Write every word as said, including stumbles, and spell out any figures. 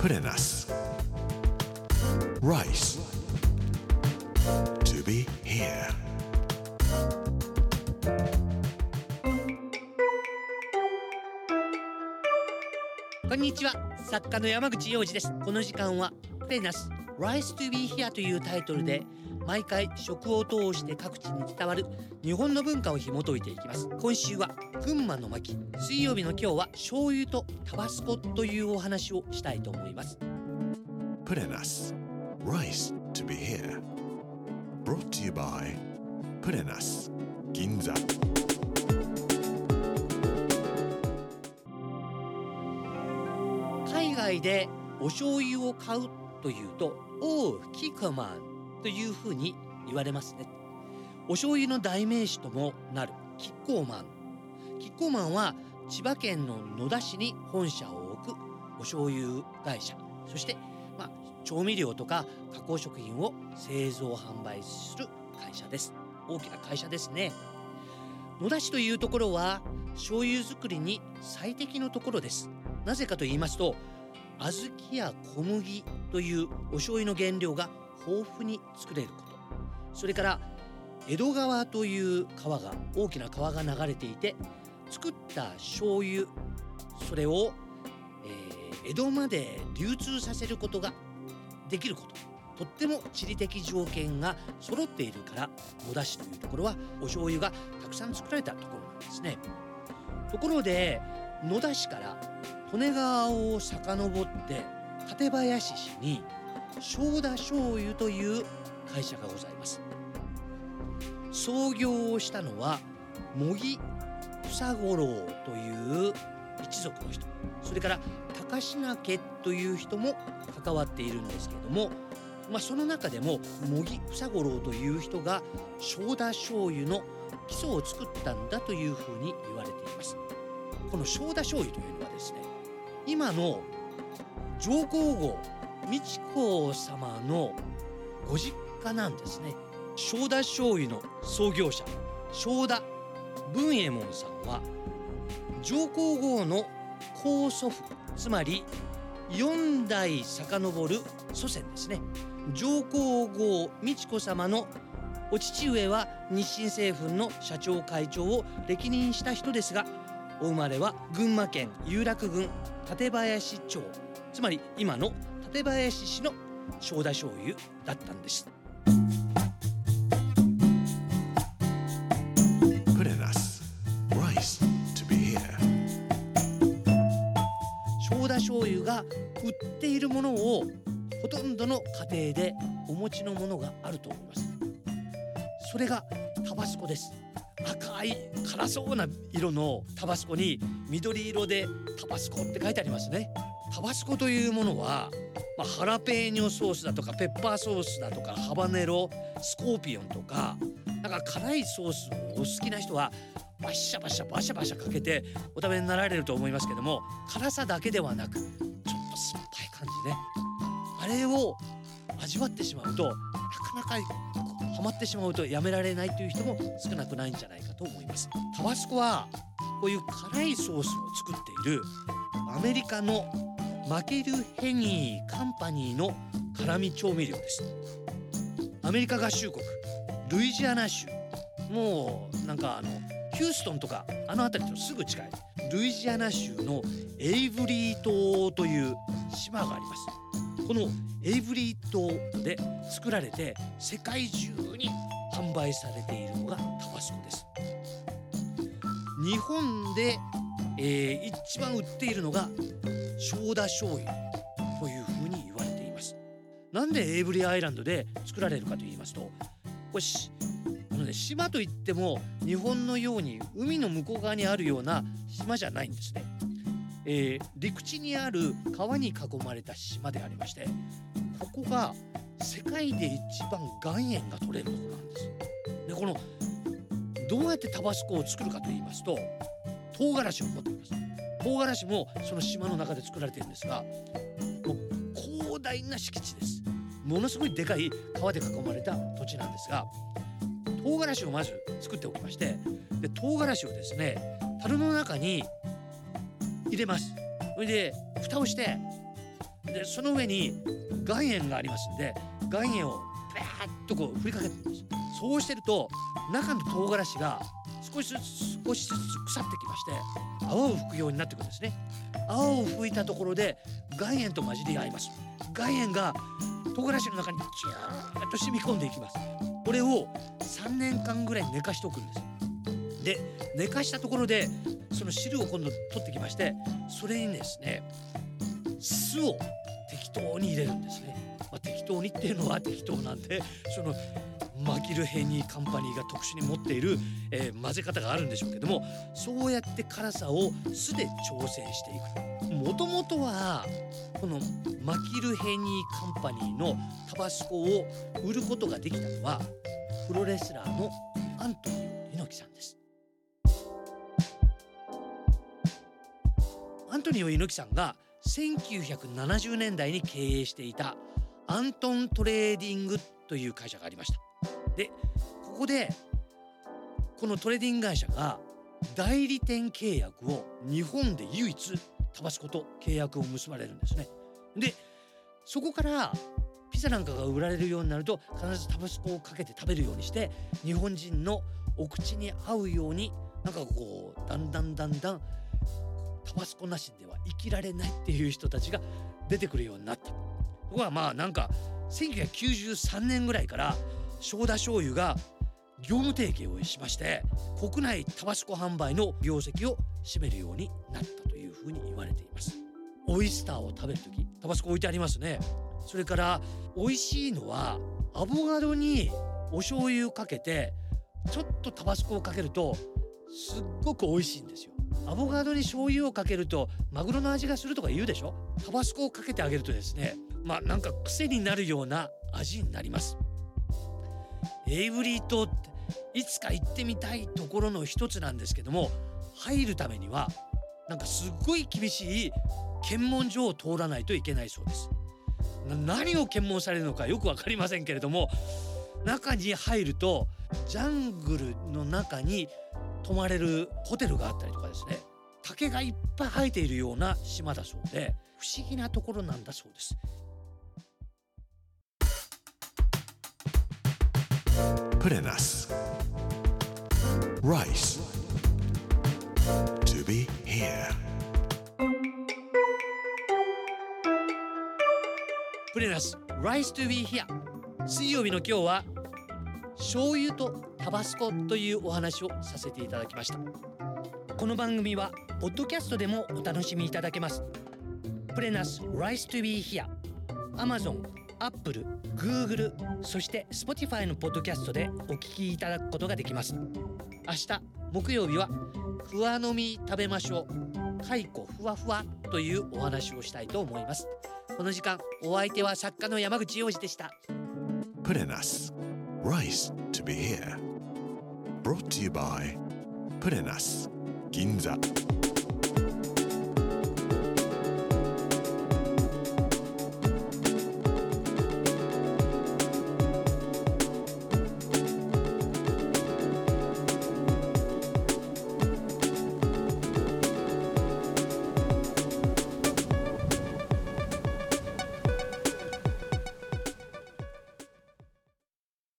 Put in us rice to be here. こんにちは、作家の山口洋二です。この時間はプレナス Rice to be here というタイトルで毎回食を通して各地に伝わる日本の文化を紐解いていきます。今週は群馬の巻、水曜日の今日は醤油とタバスコというお話をしたいと思います。 Put in us rice to be here. Brought to you by Put in us 銀座。 海外でお醤油を買うというと、おうキッコーマンというふうに言われますね。お醤油の代名詞ともなるキッコーマン。キッコーマンは千葉県の野田市に本社を置くお醤油会社、そして、まあ、調味料とか加工食品を製造販売する会社です。大きな会社ですね。野田市というところは醤油作りに最適のところです。なぜかと言いますと、小豆や小麦というお醤油の原料が豊富に作れること、それから江戸川という川が大きな川が流れていて、作った醤油それを、えー、江戸まで流通させることができること、とっても地理的条件が揃っているから、野田市というところはお醤油がたくさん作られたところなんですね。ところで野田市から利根川を遡って館林市に正田醤油という会社がございます。創業をしたのは茂木房五郎という一族の人、それから高階家という人も関わっているんですけれども、まあ、その中でも茂木房五郎という人が正田醤油の基礎を作ったんだというふうに言われています。この正田醤油というのはですね、今の上皇后美智子様のご実家なんですね。正田醤油の創業者正田文右衛門さんは上皇后の高祖父、つまりよん代遡る祖先ですね。上皇后美智子様のお父上は日清製粉の社長会長を歴任した人ですが、お生まれは群馬県有楽郡館林町、つまり今の館林市の正田醤油だったんです。 Put in us rice to be here. 正田醤油が売っているものをほとんどの家庭でお持ちのものがあると思います。それがタバスコです。赤い辛そうな色のタバスコに緑色でタバスコって書いてありますね。タバスコというものは、まあ、ハラペーニョソースだとかペッパーソースだとかハバネロ、スコーピオンとか、なんか辛いソースをお好きな人はバシャバシャバシャバシャかけてお食べになられると思いますけども、辛さだけではなくちょっと酸っぱい感じね、あれを味わってしまうと、なかなかハマってしまうとやめられないという人も少なくないんじゃないかと思います。タバスコはこういう辛いソースを作っているアメリカのマケル・ヘニー・カンパニーの辛味調味料です。アメリカ合衆国ルイジアナ州、もうなんかあのヒューストンとかあの辺りとすぐ近いルイジアナ州のエイブリー島という島があります。このエイブリー島で作られて世界中に販売されているのがタバスコです。日本で、えー、一番売っているのが正田醤油というふうに言われています。なんでエイブリーアイランドで作られるかと言いますと、これしあの、ね、島といっても日本のように海の向こう側にあるような島じゃないんですね。えー、陸地にある川に囲まれた島でありまして、ここが世界で一番岩塩が取れるところなんです。で、このどうやってタバスコを作るかと言いますと、唐辛子を持っています。唐辛子もその島の中で作られているんですが、もう広大な敷地です。ものすごいでかい川で囲まれた土地なんですが、唐辛子をまず作っておきまして、で唐辛子をですね樽の中に入れます。それで蓋をしてでその上に岩塩がありますんで、岩塩をバーッとこう振りかけてるんです。そうしてると中の唐辛子が少しずつ少しずつ腐ってきまして泡を吹くようになってくるんですね。泡を吹いたところで岩塩と混じり合います。岩塩が唐辛子の中にギューッと染み込んでいきます。これをさんねんかんぐらい寝かしておくんです。で寝かしたところでその汁を今度取ってきまして、それにですね酢を適当に入れるんですね。まあ、適当にっていうのは適当なんで、そのマキルヘニーカンパニーが特殊に持っている、えー、混ぜ方があるんでしょうけども、そうやって辛さを酢で調整していく。もともとはこのマキルヘニーカンパニーのタバスコを売ることができたのはプロレスラーのアントニオ猪木さんです。アントニオ猪木さんがせんきゅうひゃくななじゅうねんだいに経営していたアントントレーディングという会社がありました。でここでこのトレーディング会社が代理店契約を日本で唯一タバスコと契約を結ばれるんですね。でそこからピザなんかが売られるようになると必ずタバスコをかけて食べるようにして、日本人のお口に合うようになんかこうだんだんだんだんタバスコなしでは生きられないっていう人たちが出てくるようになった。ここはまあなんかせんきゅうひゃくきゅうじゅうさんねんぐらいから正田醤油が業務提携をしまして、国内タバスコ販売の業績を占めるようになったというふうに言われています。オイスターを食べるときタバスコ置いてありますね。それから美味しいのはアボカドにお醤油をかけてちょっとタバスコをかけるとすっごく美味しいんですよ。アボカドに醤油をかけるとマグロの味がするとか言うでしょ。タバスコをかけてあげるとですね、まあなんか癖になるような味になります。エイブリー島っていつか行ってみたいところの一つなんですけども、入るためにはなんかすっごい厳しい検問所を通らないといけないそうです。な何を検問されるのかよくわかりませんけれども、中に入るとジャングルの中に泊まれるホテルがあったりとかですね、竹がいっぱい生えているような島だそうで不思議なところなんだそうです。 Put in us rice to be here. プレナス Rice to be here。 水曜日の今日は醤油とタバスコというお話をさせていただきました。この番組はポッドキャストでもお楽しみいただけます。プレナス Rice to be here、 Amazon、Apple、Google、 そして Spotify のポッドキャストでお聞きいただくことができます。明日木曜日はふわのみ食べましょう、かいこふわふわというお話をしたいと思います。この時間お相手は作家の山口洋二でした。 Put in us rice to be here. Brought to you by Put in us 銀座。